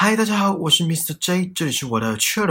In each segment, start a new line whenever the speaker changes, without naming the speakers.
嗨，大家好，我是 Mr. J， 这里是我的 Chill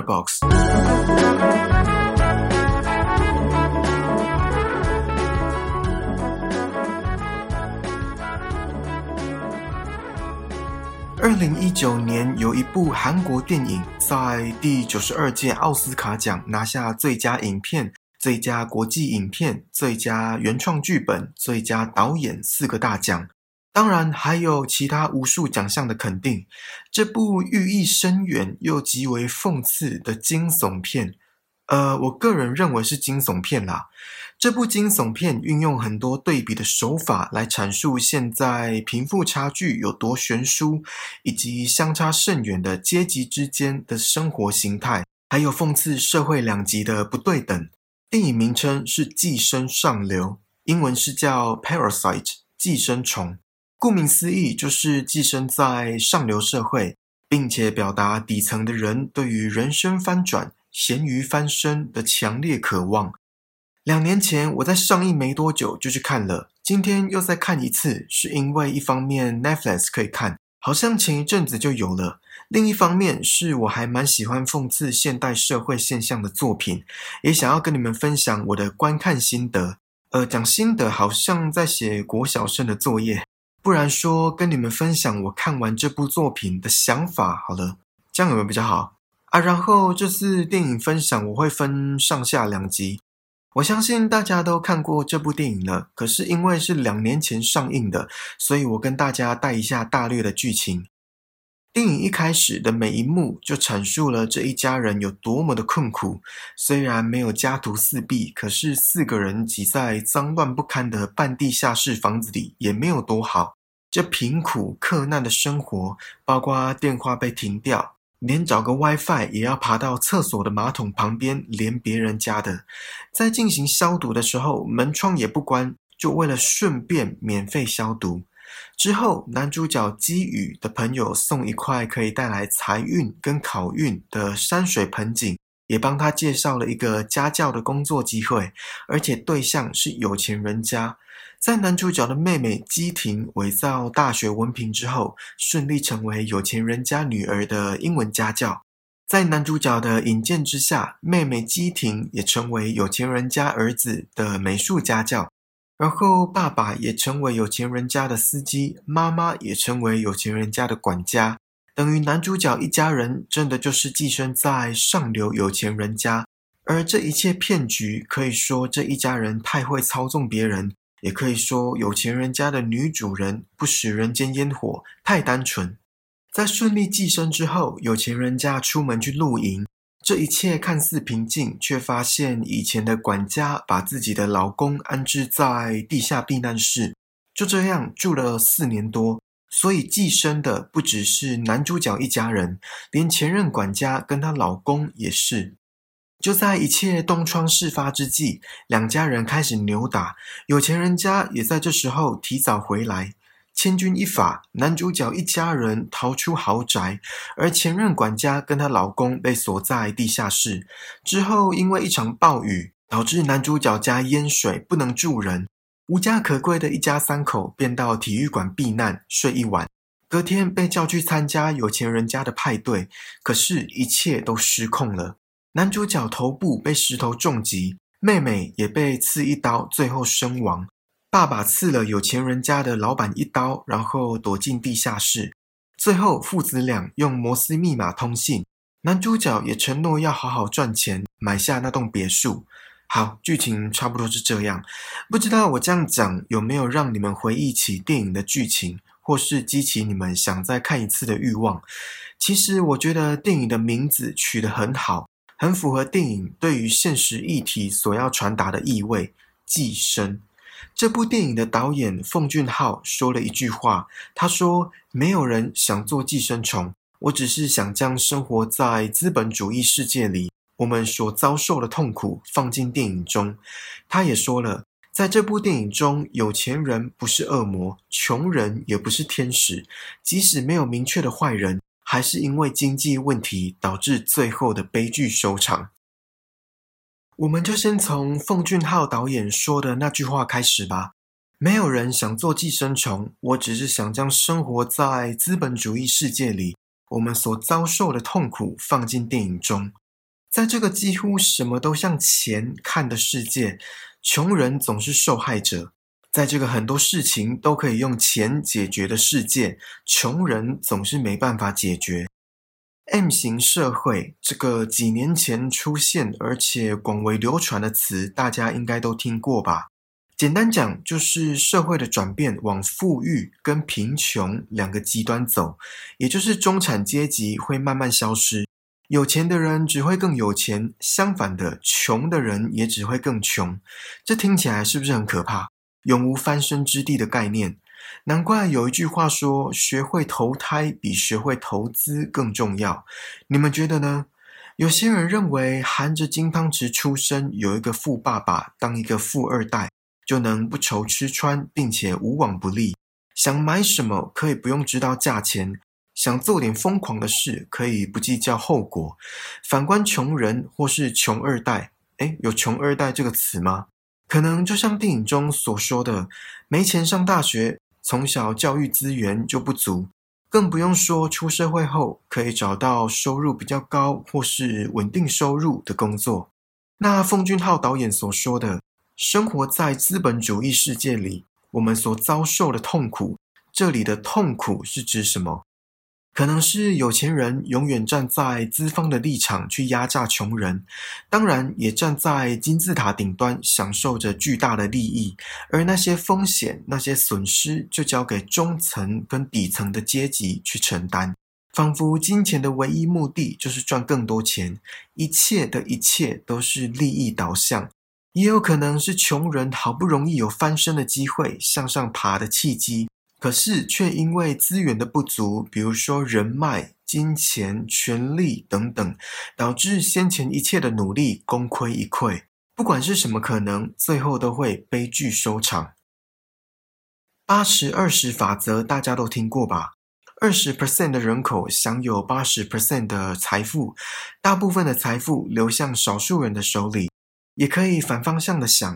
Box。2019年有一部韩国电影在第92届奥斯卡奖拿下最佳影片、最佳国际影片、最佳原创剧本、最佳导演4个大奖。当然还有其他无数奖项的肯定。这部寓意深远又极为讽刺的惊悚片，我个人认为是惊悚片啦。这部惊悚片运用很多对比的手法来阐述现在贫富差距有多悬殊，以及相差甚远的阶级之间的生活形态，还有讽刺社会两极的不对等。电影名称是《寄生上流》，英文是叫 Parasite 寄生虫。顾名思义，就是寄生在上流社会，并且表达底层的人对于人生翻转、咸鱼翻身的强烈渴望。2年前我在上映没多久就去看了，今天又再看一次，是因为一方面 Netflix 可以看，好像前一阵子就有了，另一方面是我还蛮喜欢讽刺现代社会现象的作品，也想要跟你们分享我的观看心得。讲心得好像在写国小生的作业，不然说跟你们分享我看完这部作品的想法好了，这样有没有比较好啊？然后这次电影分享我会分上下2集，我相信大家都看过这部电影了，可是因为是2年前上映的，所以我跟大家带一下大略的剧情。电影一开始的每一幕就阐述了这一家人有多么的困苦，虽然没有家徒四壁，可是4个人挤在脏乱不堪的半地下室房子里也没有多好。这贫苦克难的生活，包括电话被停掉，连找个 WiFi 也要爬到厕所的马桶旁边连别人家的，在进行消毒的时候门窗也不关，就为了顺便免费消毒。之后男主角基宇的朋友送一块可以带来财运跟考运的山水盆景，也帮他介绍了一个家教的工作机会，而且对象是有钱人家。在男主角的妹妹基婷伪造大学文凭之后，顺利成为有钱人家女儿的英文家教。在男主角的引荐之下，妹妹基婷也成为有钱人家儿子的美术家教。然后爸爸也成为有钱人家的司机，妈妈也成为有钱人家的管家，等于男主角一家人真的就是寄生在上流有钱人家。而这一切骗局，可以说这一家人太会操纵别人，也可以说有钱人家的女主人不食人间烟火，太单纯。在顺利寄生之后，有钱人家出门去露营，这一切看似平静，却发现以前的管家把自己的老公安置在地下避难室，就这样住了4年多。所以寄生的不只是男主角一家人，连前任管家跟她老公也是。就在一切东窗事发之际，2家人开始扭打，有钱人家也在这时候提早回来。千钧一发，男主角一家人逃出豪宅，而前任管家跟她老公被锁在地下室。之后因为一场暴雨，导致男主角家淹水，不能住人，无家可归的一家3口便到体育馆避难，睡一晚。隔天被叫去参加有钱人家的派对，可是一切都失控了。男主角头部被石头重击，妹妹也被刺一刀，最后身亡。爸爸刺了有钱人家的老板一刀，然后躲进地下室。最后父子俩用摩斯密码通信，男主角也承诺要好好赚钱，买下那栋别墅。好，剧情差不多是这样。不知道我这样讲有没有让你们回忆起电影的剧情，或是激起你们想再看一次的欲望。其实我觉得电影的名字取得很好，很符合电影对于现实议题所要传达的意味，寄生。这部电影的导演奉俊昊说了一句话，他说：没有人想做寄生虫，我只是想将生活在资本主义世界里我们所遭受的痛苦放进电影中。他也说了，在这部电影中，有钱人不是恶魔，穷人也不是天使，即使没有明确的坏人，还是因为经济问题导致最后的悲剧收场。我们就先从奉俊昊导演说的那句话开始吧。没有人想做寄生虫，我只是想将生活在资本主义世界里我们所遭受的痛苦放进电影中。在这个几乎什么都向钱看的世界，穷人总是受害者。在这个很多事情都可以用钱解决的世界，穷人总是没办法解决。M 型社会这个几年前出现而且广为流传的词，大家应该都听过吧？简单讲，就是社会的转变往富裕跟贫穷两个极端走，也就是中产阶级会慢慢消失，有钱的人只会更有钱，相反的，穷的人也只会更穷。这听起来是不是很可怕？永无翻身之地的概念。难怪有一句话说，学会投胎比学会投资更重要。你们觉得呢？有些人认为含着金汤匙出生，有一个富爸爸当一个富二代，就能不愁吃穿，并且无往不利。想买什么可以不用知道价钱，想做点疯狂的事可以不计较后果。反观穷人或是穷二代，有穷二代这个词吗？可能就像电影中所说的，没钱上大学，从小教育资源就不足，更不用说出社会后可以找到收入比较高或是稳定收入的工作。那奉俊昊导演所说的，生活在资本主义世界里，我们所遭受的痛苦，这里的痛苦是指什么？可能是有钱人永远站在资方的立场去压榨穷人，当然也站在金字塔顶端享受着巨大的利益，而那些风险、那些损失就交给中层跟底层的阶级去承担。仿佛金钱的唯一目的就是赚更多钱，一切的一切都是利益导向。也有可能是穷人好不容易有翻身的机会，向上爬的契机，可是却因为资源的不足，比如说人脉、金钱、权力等等，导致先前一切的努力功亏一篑。不管是什么可能，最后都会悲剧收场。80-20法则大家都听过吧？20% 的人口享有 80% 的财富，大部分的财富流向少数人的手里。也可以反方向的想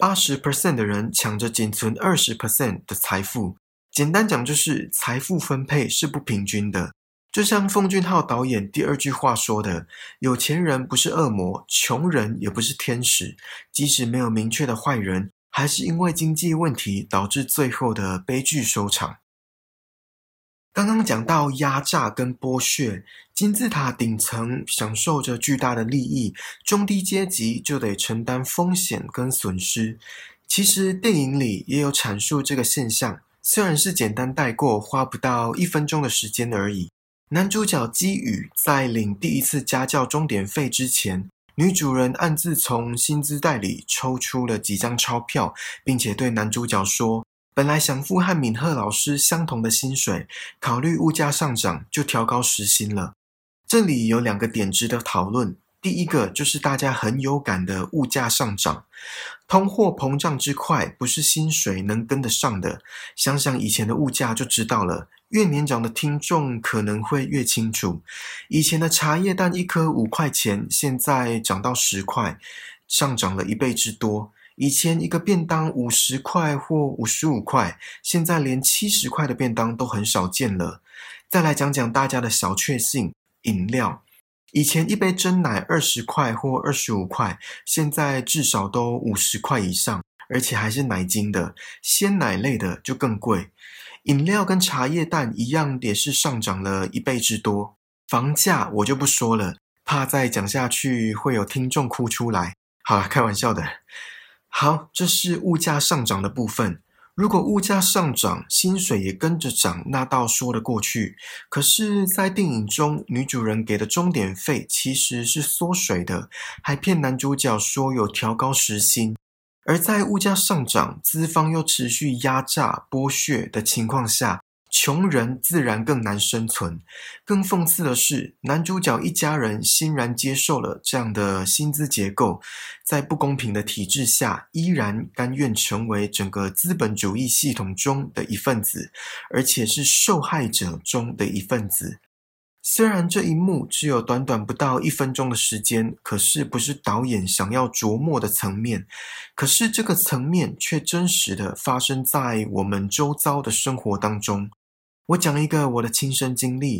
，80% 的人抢着仅存 20% 的财富。简单讲就是财富分配是不平均的。就像奉俊昊导演第二句话说的，有钱人不是恶魔，穷人也不是天使，即使没有明确的坏人，还是因为经济问题导致最后的悲剧收场。刚刚讲到压榨跟剥削，金字塔顶层享受着巨大的利益，中低阶级就得承担风险跟损失。其实电影里也有阐述这个现象，虽然是简单带过，花不到1分钟的时间而已。男主角基宇在领第一次家教钟点费之前，女主人暗自从薪资袋里抽出了几张钞票，并且对男主角说，本来想付和敏赫老师相同的薪水，考虑物价上涨就调高时薪了。这里有2个点值得讨论。第一个就是大家很有感的物价上涨，通货膨胀之快不是薪水能跟得上的。想想以前的物价就知道了，越年长的听众可能会越清楚。以前的茶叶蛋1颗5块钱，现在涨到10块，上涨了1倍之多。以前一个便当50块或55块，现在连70块的便当都很少见了。再来讲讲大家的小确幸，饮料。以前一杯珍奶20块或25块，现在至少都50块以上，而且还是奶精的，鲜奶类的就更贵。饮料跟茶叶蛋一样也是上涨了1倍之多。房价我就不说了，怕再讲下去会有听众哭出来。好啦，开玩笑的。好，这是物价上涨的部分。如果物价上涨，薪水也跟着涨，那倒说得过去。可是在电影中，女主人给的钟点费其实是缩水的，还骗男主角说有调高时薪。而在物价上涨，资方又持续压榨、剥削的情况下，穷人自然更难生存。更讽刺的是，男主角一家人欣然接受了这样的薪资结构，在不公平的体制下，依然甘愿成为整个资本主义系统中的一份子，而且是受害者中的一份子。虽然这一幕只有短短不到1分钟的时间，可是不是导演想要琢磨的层面，可是这个层面却真实的发生在我们周遭的生活当中。我讲一个我的亲身经历，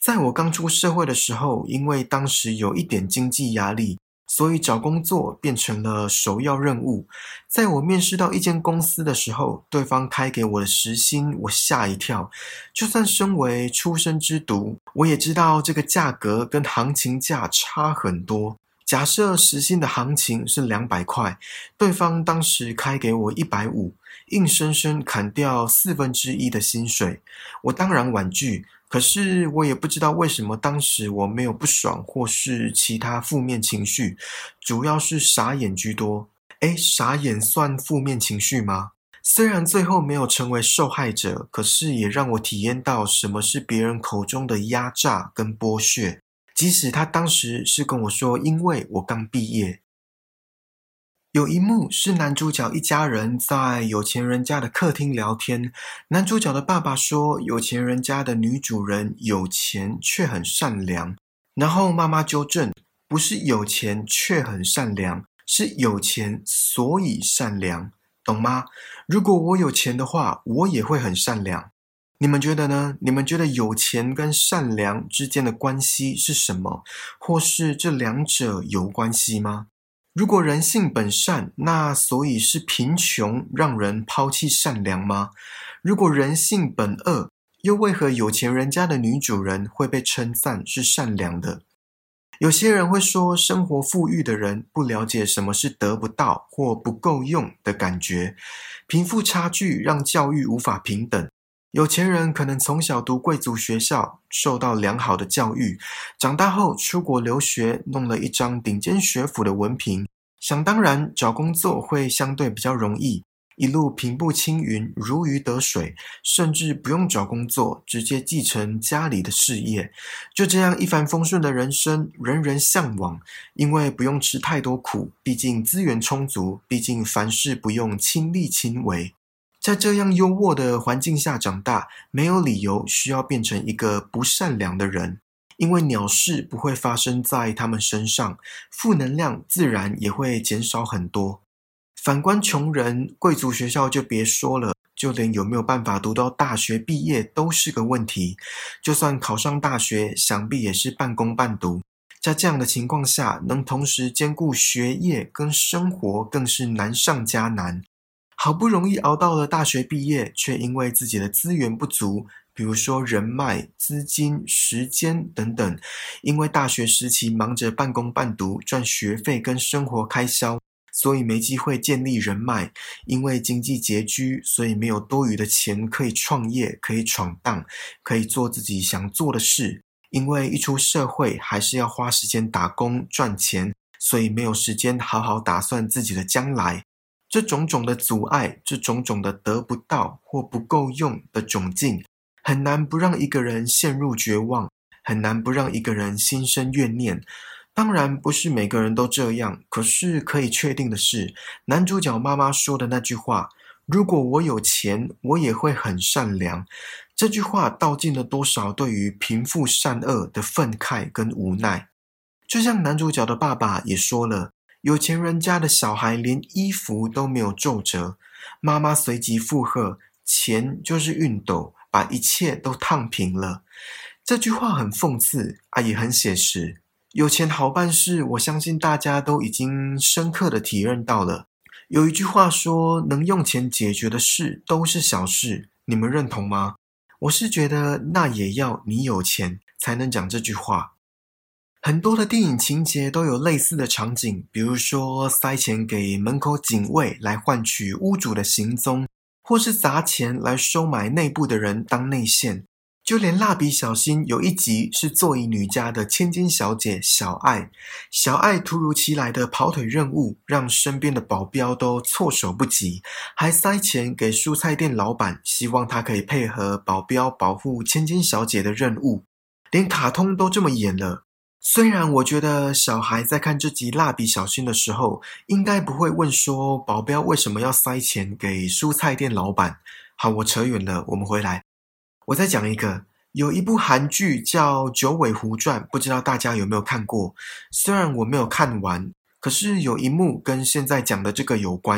在我刚出社会的时候，因为当时有一点经济压力，所以找工作变成了首要任务。在我面试到一间公司的时候，对方开给我的时薪，我吓一跳。就算身为出生之犊，我也知道这个价格跟行情价差很多。假设时薪的行情是200块，对方当时开给我150，硬生生砍掉1/4的薪水。我当然婉拒，可是我也不知道为什么当时我没有不爽或是其他负面情绪，主要是傻眼居多。傻眼算负面情绪吗？虽然最后没有成为受害者，可是也让我体验到什么是别人口中的压榨跟剥削。即使他当时是跟我说，因为我刚毕业。有一幕是男主角一家人在有钱人家的客厅聊天，男主角的爸爸说，有钱人家的女主人有钱却很善良，然后妈妈纠正，不是有钱却很善良，是有钱所以善良，懂吗？如果我有钱的话，我也会很善良。你们觉得呢？你们觉得有钱跟善良之间的关系是什么？或是这两者有关系吗？如果人性本善，那所以是贫穷让人抛弃善良吗？如果人性本恶，又为何有钱人家的女主人会被称赞是善良的？有些人会说，生活富裕的人不了解什么是得不到或不够用的感觉，贫富差距让教育无法平等。有钱人可能从小读贵族学校，受到良好的教育，长大后出国留学，弄了一张顶尖学府的文凭，想当然找工作会相对比较容易，一路平步青云，如鱼得水，甚至不用找工作，直接继承家里的事业。就这样一帆风顺的人生，人人向往，因为不用吃太多苦，毕竟资源充足，毕竟凡事不用亲力亲为。在这样优渥的环境下长大，没有理由需要变成一个不善良的人，因为鸟事不会发生在他们身上，负能量自然也会减少很多。反观穷人，贵族学校就别说了，就连有没有办法读到大学毕业都是个问题，就算考上大学，想必也是半工半读。在这样的情况下，能同时兼顾学业跟生活更是难上加难。好不容易熬到了大学毕业，却因为自己的资源不足，比如说人脉、资金、时间等等，因为大学时期忙着半工半读赚学费跟生活开销，所以没机会建立人脉，因为经济拮据，所以没有多余的钱可以创业，可以闯荡，可以做自己想做的事，因为一出社会还是要花时间打工赚钱，所以没有时间好好打算自己的将来。这种种的阻碍，这种种的得不到或不够用的窘境，很难不让一个人陷入绝望，很难不让一个人心生怨念。当然不是每个人都这样，可是可以确定的是，男主角妈妈说的那句话，如果我有钱，我也会很善良，这句话道尽了多少对于贫富善恶的愤慨跟无奈。就像男主角的爸爸也说了，有钱人家的小孩连衣服都没有皱褶，妈妈随即附和，钱就是熨斗，把一切都烫平了。这句话很讽刺也很写实。有钱好办事，我相信大家都已经深刻的体认到了。有一句话说，能用钱解决的事都是小事，你们认同吗？我是觉得那也要你有钱才能讲这句话。很多的电影情节都有类似的场景，比如说塞钱给门口警卫来换取屋主的行踪，或是砸钱来收买内部的人当内线。就连蜡笔小新有一集是座椅女家的千金小姐小爱，小爱突如其来的跑腿任务让身边的保镖都措手不及，还塞钱给蔬菜店老板，希望他可以配合保镖保护千金小姐的任务。连卡通都这么演了。虽然我觉得小孩在看这集蜡笔小新的时候，应该不会问说保镖为什么要塞钱给蔬菜店老板。好，我扯远了，我们回来。我再讲一个，有一部韩剧叫《九尾狐传》，不知道大家有没有看过？虽然我没有看完，可是有一幕跟现在讲的这个有关。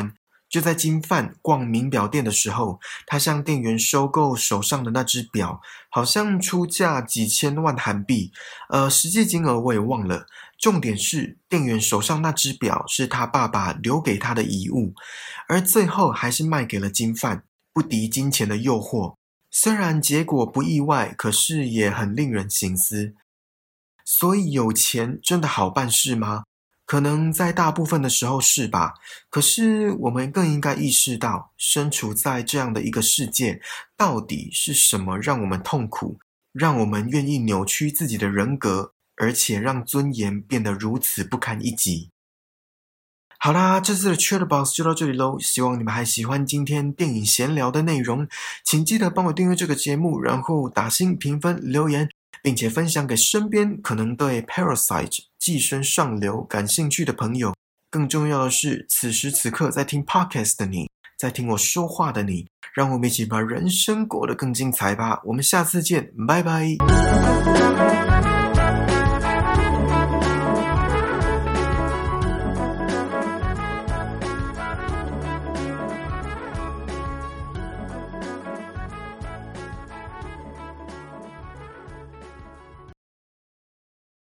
就在金范逛名表店的时候，他向店员收购手上的那只表，好像出价几千万韩币，实际金额我也忘了。重点是，店员手上那只表是他爸爸留给他的遗物，而最后还是卖给了金范，不敌金钱的诱惑。虽然结果不意外，可是也很令人省思。所以有钱真的好办事吗？可能在大部分的时候是吧，可是我们更应该意识到，身处在这样的一个世界，到底是什么让我们痛苦，让我们愿意扭曲自己的人格，而且让尊严变得如此不堪一击。好啦，这次的 Chatterbox 就到这里咯，希望你们还喜欢今天电影闲聊的内容，请记得帮我订阅这个节目，然后打星评分留言，并且分享给身边可能对 Parasite 寄生上流感兴趣的朋友。更重要的是，此时此刻在听 Podcast 的你，在听我说话的你，让我们一起把人生过得更精彩吧。我们下次见，拜拜。